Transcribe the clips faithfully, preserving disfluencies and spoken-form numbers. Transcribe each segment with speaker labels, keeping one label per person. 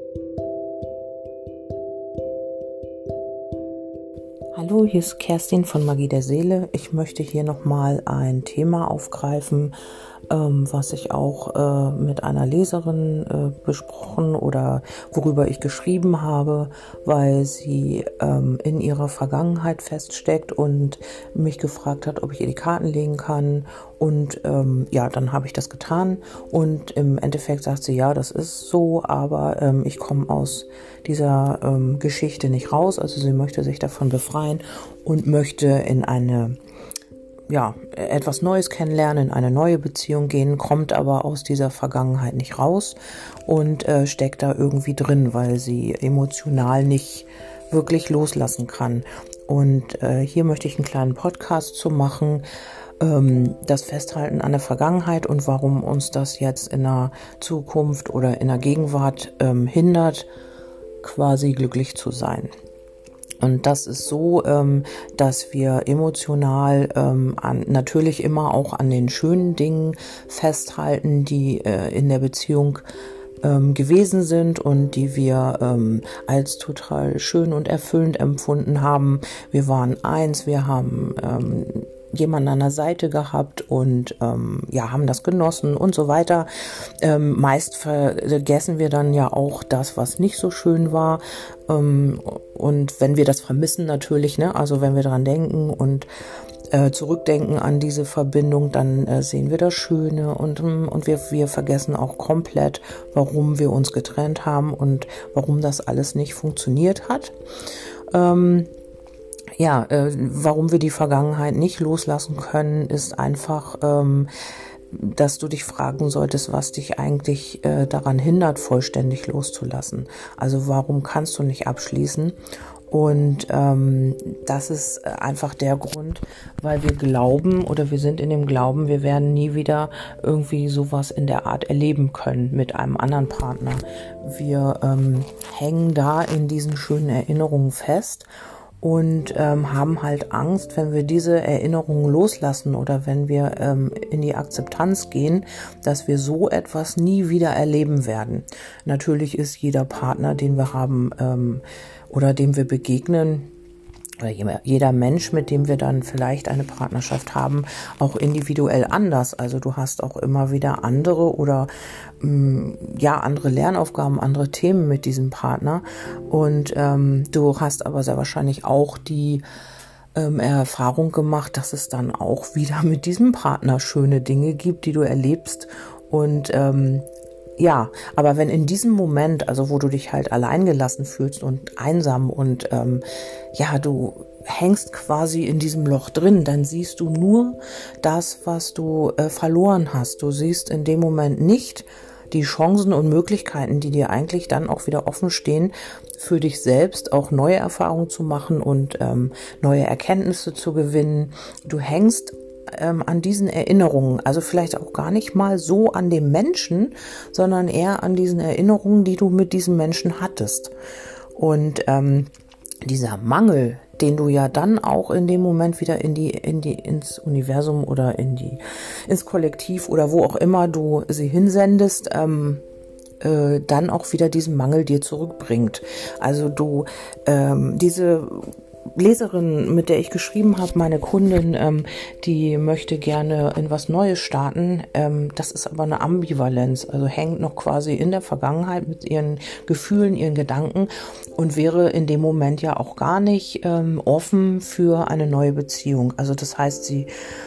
Speaker 1: Hallo, hier ist Kerstin von Magie der Seele. Ich möchte hier nochmal ein Thema aufgreifen, ähm, was ich auch äh, mit einer Leserin äh, besprochen oder worüber ich geschrieben habe, weil sie ähm, in ihrer Vergangenheit feststeckt und mich gefragt hat, ob ich ihr die Karten legen kann. Und ähm, ja, dann habe ich das getan und im Endeffekt sagt sie, ja, das ist so, aber ähm, ich komme aus dieser ähm, Geschichte nicht raus. Also sie möchte sich davon befreien und möchte in eine, ja, etwas Neues kennenlernen, in eine neue Beziehung gehen, kommt aber aus dieser Vergangenheit nicht raus und äh, steckt da irgendwie drin, weil sie emotional nicht wirklich loslassen kann. Und äh, hier möchte ich einen kleinen Podcast zu machen, das Festhalten an der Vergangenheit und warum uns das jetzt in der Zukunft oder in der Gegenwart ähm, hindert, quasi glücklich zu sein. Und das ist so, ähm, dass wir emotional ähm, an, natürlich immer auch an den schönen Dingen festhalten, die äh, in der Beziehung ähm, gewesen sind und die wir ähm, als total schön und erfüllend empfunden haben. Wir waren eins, wir haben ähm, jemanden an der Seite gehabt und ähm, ja, haben das genossen und so weiter. Ähm, meist vergessen wir dann ja auch das, was nicht so schön war. Ähm, und wenn wir das vermissen natürlich, ne, also wenn wir dran denken und äh, zurückdenken an diese Verbindung, dann äh, sehen wir das Schöne und, und wir, wir vergessen auch komplett, warum wir uns getrennt haben und warum das alles nicht funktioniert hat. Ähm, Ja, äh, warum wir die Vergangenheit nicht loslassen können, ist einfach, ähm, dass du dich fragen solltest, was dich eigentlich äh, daran hindert, vollständig loszulassen. Also warum kannst du nicht abschließen? Und ähm, das ist einfach der Grund, weil wir glauben oder wir sind in dem Glauben, wir werden nie wieder irgendwie sowas in der Art erleben können mit einem anderen Partner. Wir ähm, hängen da in diesen schönen Erinnerungen fest. Und ähm, haben halt Angst, wenn wir diese Erinnerungen loslassen oder wenn wir ähm, in die Akzeptanz gehen, dass wir so etwas nie wieder erleben werden. Natürlich ist jeder Partner, den wir haben ähm, oder dem wir begegnen, oder jeder Mensch, mit dem wir dann vielleicht eine Partnerschaft haben, auch individuell anders. Also du hast auch immer wieder andere oder mh, ja andere Lernaufgaben, andere Themen mit diesem Partner. Und ähm, du hast aber sehr wahrscheinlich auch die ähm, Erfahrung gemacht, dass es dann auch wieder mit diesem Partner schöne Dinge gibt, die du erlebst. Und ähm, ja, aber wenn in diesem Moment, also wo du dich halt alleingelassen fühlst und einsam und ähm, ja, du hängst quasi in diesem Loch drin, dann siehst du nur das, was du äh, verloren hast. Du siehst in dem Moment nicht die Chancen und Möglichkeiten, die dir eigentlich dann auch wieder offen stehen, für dich selbst auch neue Erfahrungen zu machen und ähm, neue Erkenntnisse zu gewinnen. Du hängst Ähm, an diesen Erinnerungen, also vielleicht auch gar nicht mal so an dem Menschen, sondern eher an diesen Erinnerungen, die du mit diesem Menschen hattest. Und ähm, dieser Mangel, den du ja dann auch in dem Moment wieder in die, in die, ins Universum oder in die, ins Kollektiv oder wo auch immer du sie hinsendest, ähm, äh, dann auch wieder diesen Mangel dir zurückbringt. Also du, ähm, diese Leserin, mit der ich geschrieben habe, meine Kundin, ähm, die möchte gerne in was Neues starten. Ähm, das ist aber eine Ambivalenz, also hängt noch quasi in der Vergangenheit mit ihren Gefühlen, ihren Gedanken und wäre in dem Moment ja auch gar nicht ähm, offen für eine neue Beziehung. Also das heißt, sie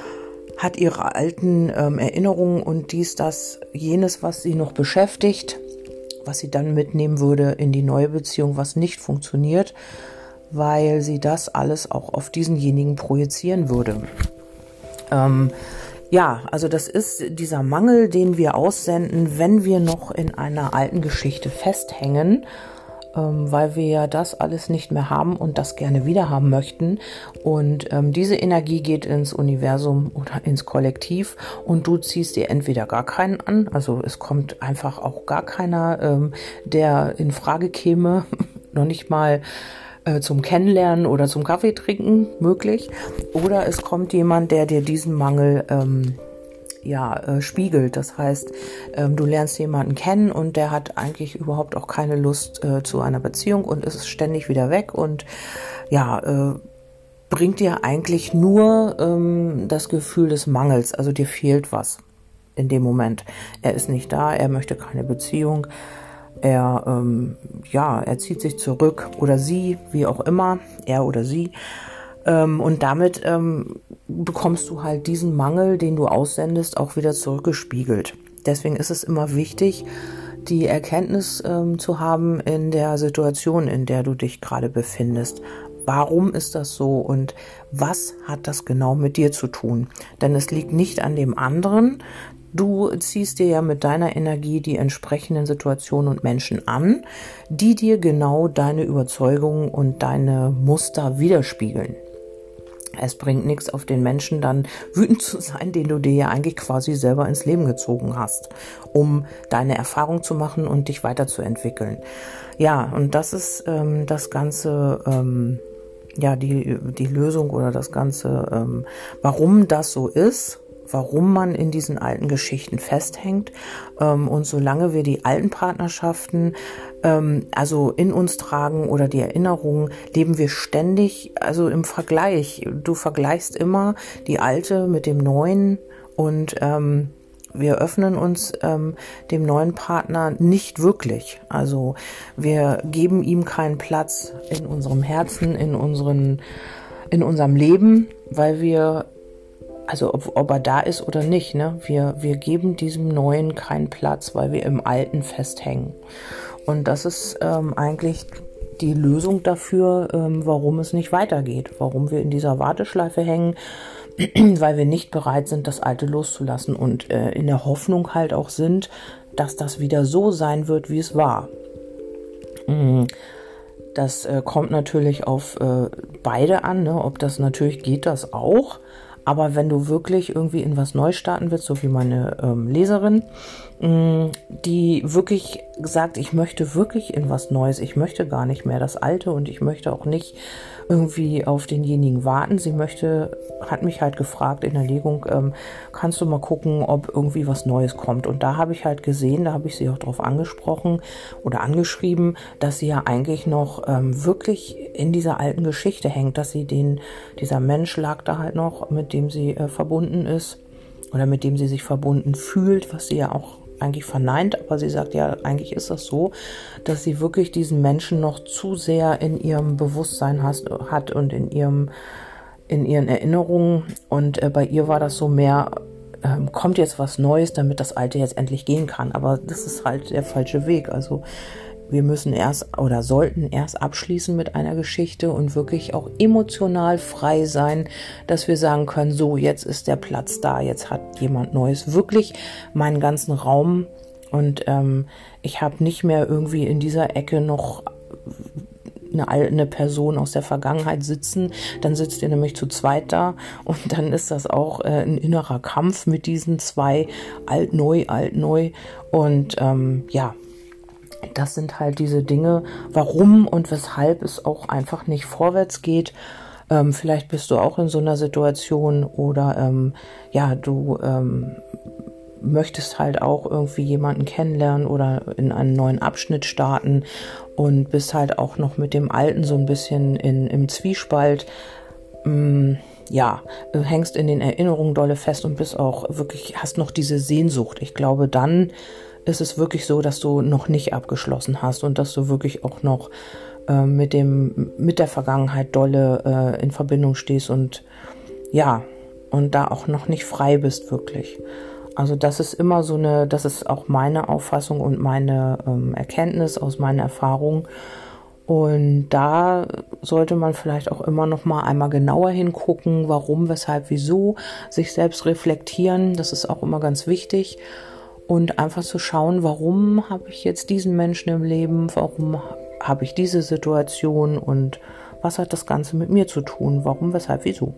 Speaker 1: hat ihre alten ähm, Erinnerungen und dies, das, jenes, was sie noch beschäftigt, was sie dann mitnehmen würde in die neue Beziehung, was nicht funktioniert, weil sie das alles auch auf diesenjenigen projizieren würde. Ähm, ja, also das ist dieser Mangel, den wir aussenden, wenn wir noch in einer alten Geschichte festhängen, ähm, weil wir ja das alles nicht mehr haben und das gerne wieder haben möchten. Und ähm, diese Energie geht ins Universum oder ins Kollektiv und du ziehst dir entweder gar keinen an, also es kommt einfach auch gar keiner, ähm, der in Frage käme, noch nicht mal zum Kennenlernen oder zum Kaffee trinken möglich. Oder es kommt jemand, der dir diesen Mangel ähm, ja äh, spiegelt. Das heißt, ähm, du lernst jemanden kennen und der hat eigentlich überhaupt auch keine Lust äh, zu einer Beziehung und ist ständig wieder weg und ja, äh, bringt dir eigentlich nur ähm, das Gefühl des Mangels. Also dir fehlt was in dem Moment. Er ist nicht da, er möchte keine Beziehung. Er, ähm, ja, er zieht sich zurück oder sie, wie auch immer, er oder sie. Ähm, und damit ähm, bekommst du halt diesen Mangel, den du aussendest, auch wieder zurückgespiegelt. Deswegen ist es immer wichtig, die Erkenntnis ähm, zu haben in der Situation, in der du dich gerade befindest. Warum ist das so und was hat das genau mit dir zu tun? Denn es liegt nicht an dem anderen. Du ziehst dir ja mit deiner Energie die entsprechenden Situationen und Menschen an, die dir genau deine Überzeugungen und deine Muster widerspiegeln. Es bringt nichts, auf den Menschen dann wütend zu sein, den du dir ja eigentlich quasi selber ins Leben gezogen hast, um deine Erfahrung zu machen und dich weiterzuentwickeln. Ja, und das ist ähm, das Ganze, ähm, ja, die, die Lösung oder das Ganze, ähm, warum das so ist, warum man in diesen alten Geschichten festhängt. Ähm, und solange wir die alten Partnerschaften ähm, also in uns tragen oder die Erinnerungen, leben wir ständig, also im Vergleich. Du vergleichst immer die alte mit dem neuen und ähm, wir öffnen uns ähm, dem neuen Partner nicht wirklich. Also wir geben ihm keinen Platz in unserem Herzen, in unseren, in unserem Leben, weil wir, also ob, ob er da ist oder nicht, ne, wir, wir geben diesem Neuen keinen Platz, weil wir im Alten festhängen. Und das ist ähm, eigentlich die Lösung dafür, ähm, warum es nicht weitergeht, warum wir in dieser Warteschleife hängen, weil wir nicht bereit sind, das Alte loszulassen und äh, in der Hoffnung halt auch sind, dass das wieder so sein wird, wie es war. Das äh, kommt natürlich auf äh, beide an, ne? Ob das natürlich geht, das auch. Aber wenn du wirklich irgendwie in was neu starten willst, so wie meine ähm, Leserin, mh, die wirklich sagt, ich möchte wirklich in was Neues, ich möchte gar nicht mehr das Alte und ich möchte auch nicht irgendwie auf denjenigen warten. Sie möchte, hat mich halt gefragt in der Legung, ähm, kannst du mal gucken, ob irgendwie was Neues kommt. Und da habe ich halt gesehen, da habe ich sie auch drauf angesprochen oder angeschrieben, dass sie ja eigentlich noch ähm, wirklich in dieser alten Geschichte hängt, dass sie den, dieser Mensch lag da halt noch, mit dem sie äh, verbunden ist oder mit dem sie sich verbunden fühlt, was sie ja auch eigentlich verneint, aber sie sagt, ja, eigentlich ist das so, dass sie wirklich diesen Menschen noch zu sehr in ihrem Bewusstsein has, hat und in ihrem, in ihren Erinnerungen. Und äh, bei ihr war das so mehr, ähm, kommt jetzt was Neues, damit das Alte jetzt endlich gehen kann. Aber das ist halt der falsche Weg. Also wir müssen erst oder sollten erst abschließen mit einer Geschichte und wirklich auch emotional frei sein, dass wir sagen können, so, jetzt ist der Platz da, jetzt hat jemand Neues wirklich meinen ganzen Raum und ähm, ich habe nicht mehr irgendwie in dieser Ecke noch eine, eine Person aus der Vergangenheit sitzen, dann sitzt ihr nämlich zu zweit da und dann ist das auch äh, ein innerer Kampf mit diesen zwei, alt-neu, alt-neu und ähm, ja, das sind halt diese Dinge, warum und weshalb es auch einfach nicht vorwärts geht. Ähm, vielleicht bist du auch in so einer Situation oder ähm, ja, du ähm, möchtest halt auch irgendwie jemanden kennenlernen oder in einen neuen Abschnitt starten und bist halt auch noch mit dem Alten so ein bisschen in, im Zwiespalt. Ähm, ja, du hängst in den Erinnerungen dolle fest und bist auch wirklich, hast noch diese Sehnsucht. Ich glaube, dann ist es wirklich so, dass du noch nicht abgeschlossen hast und dass du wirklich auch noch äh, mit dem, mit der Vergangenheit dolle äh, in Verbindung stehst und ja, und da auch noch nicht frei bist wirklich. Also das ist immer so eine, das ist auch meine Auffassung und meine ähm, Erkenntnis aus meinen Erfahrungen. Und da sollte man vielleicht auch immer noch mal einmal genauer hingucken, warum, weshalb, wieso, sich selbst reflektieren, das ist auch immer ganz wichtig. Und einfach zu schauen, warum habe ich jetzt diesen Menschen im Leben, warum habe ich diese Situation und was hat das Ganze mit mir zu tun, warum, weshalb, wieso.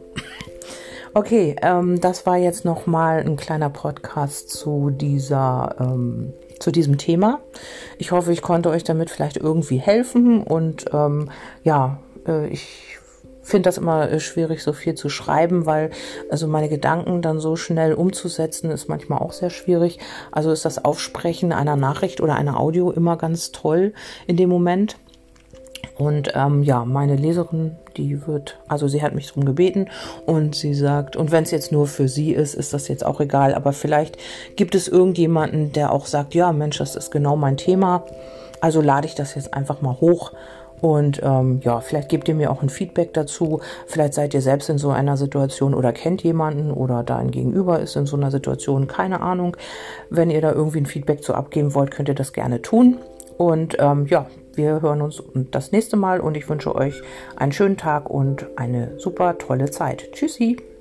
Speaker 1: Okay, ähm, das war jetzt nochmal ein kleiner Podcast zu dieser, ähm, zu diesem Thema. Ich hoffe, ich konnte euch damit vielleicht irgendwie helfen und ähm, ja, äh, ich finde das immer äh, schwierig, so viel zu schreiben, weil also meine Gedanken dann so schnell umzusetzen, ist manchmal auch sehr schwierig. Also ist das Aufsprechen einer Nachricht oder einer Audio immer ganz toll in dem Moment. Und ähm, ja, meine Leserin, die wird, also sie hat mich darum gebeten und sie sagt, und wenn es jetzt nur für sie ist, ist das jetzt auch egal, aber vielleicht gibt es irgendjemanden, der auch sagt, ja Mensch, das ist genau mein Thema, also lade ich das jetzt einfach mal hoch. Und ähm, ja, vielleicht gebt ihr mir auch ein Feedback dazu. Vielleicht seid ihr selbst in so einer Situation oder kennt jemanden oder da ein Gegenüber ist in so einer Situation. Keine Ahnung. Wenn ihr da irgendwie ein Feedback zu abgeben wollt, könnt ihr das gerne tun. Und ähm, ja, wir hören uns das nächste Mal und ich wünsche euch einen schönen Tag und eine super tolle Zeit. Tschüssi!